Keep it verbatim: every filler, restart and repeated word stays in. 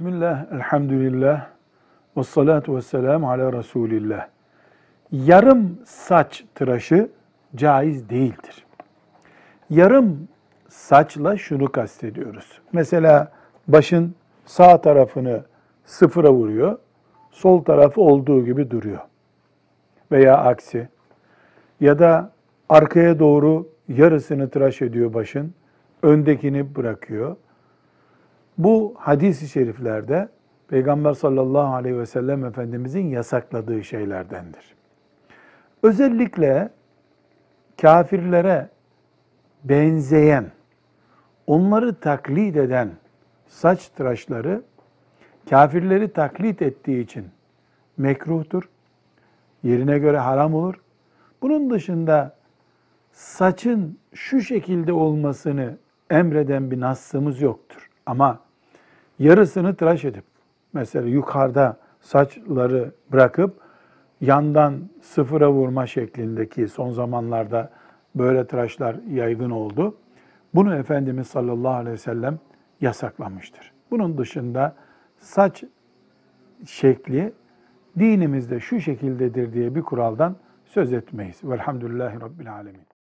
Bismillah, elhamdülillah, ve salatu ve selamu ala Resulillah. Yarım saç tıraşı caiz değildir. Yarım saçla şunu kastediyoruz. Mesela başın sağ tarafını sıfıra vuruyor, sol tarafı olduğu gibi duruyor. Veya aksi. Ya da arkaya doğru yarısını tıraş ediyor başın, öndekini bırakıyor. Bu hadis-i şeriflerde Peygamber sallallahu aleyhi ve sellem Efendimizin yasakladığı şeylerdendir. Özellikle kafirlere benzeyen, onları taklit eden saç tıraşları kafirleri taklit ettiği için mekruhtur, yerine göre haram olur. Bunun dışında saçın şu şekilde olmasını emreden bir nassımız yoktur. Ama yarısını tıraş edip, mesela yukarıda saçları bırakıp yandan sıfıra vurma şeklindeki son zamanlarda böyle tıraşlar yaygın oldu. Bunu Efendimiz sallallahu aleyhi ve sellem yasaklamıştır. Bunun dışında saç şekli dinimizde şu şekildedir diye bir kuraldan söz etmeyiz. Velhamdülillahi Rabbil alemin.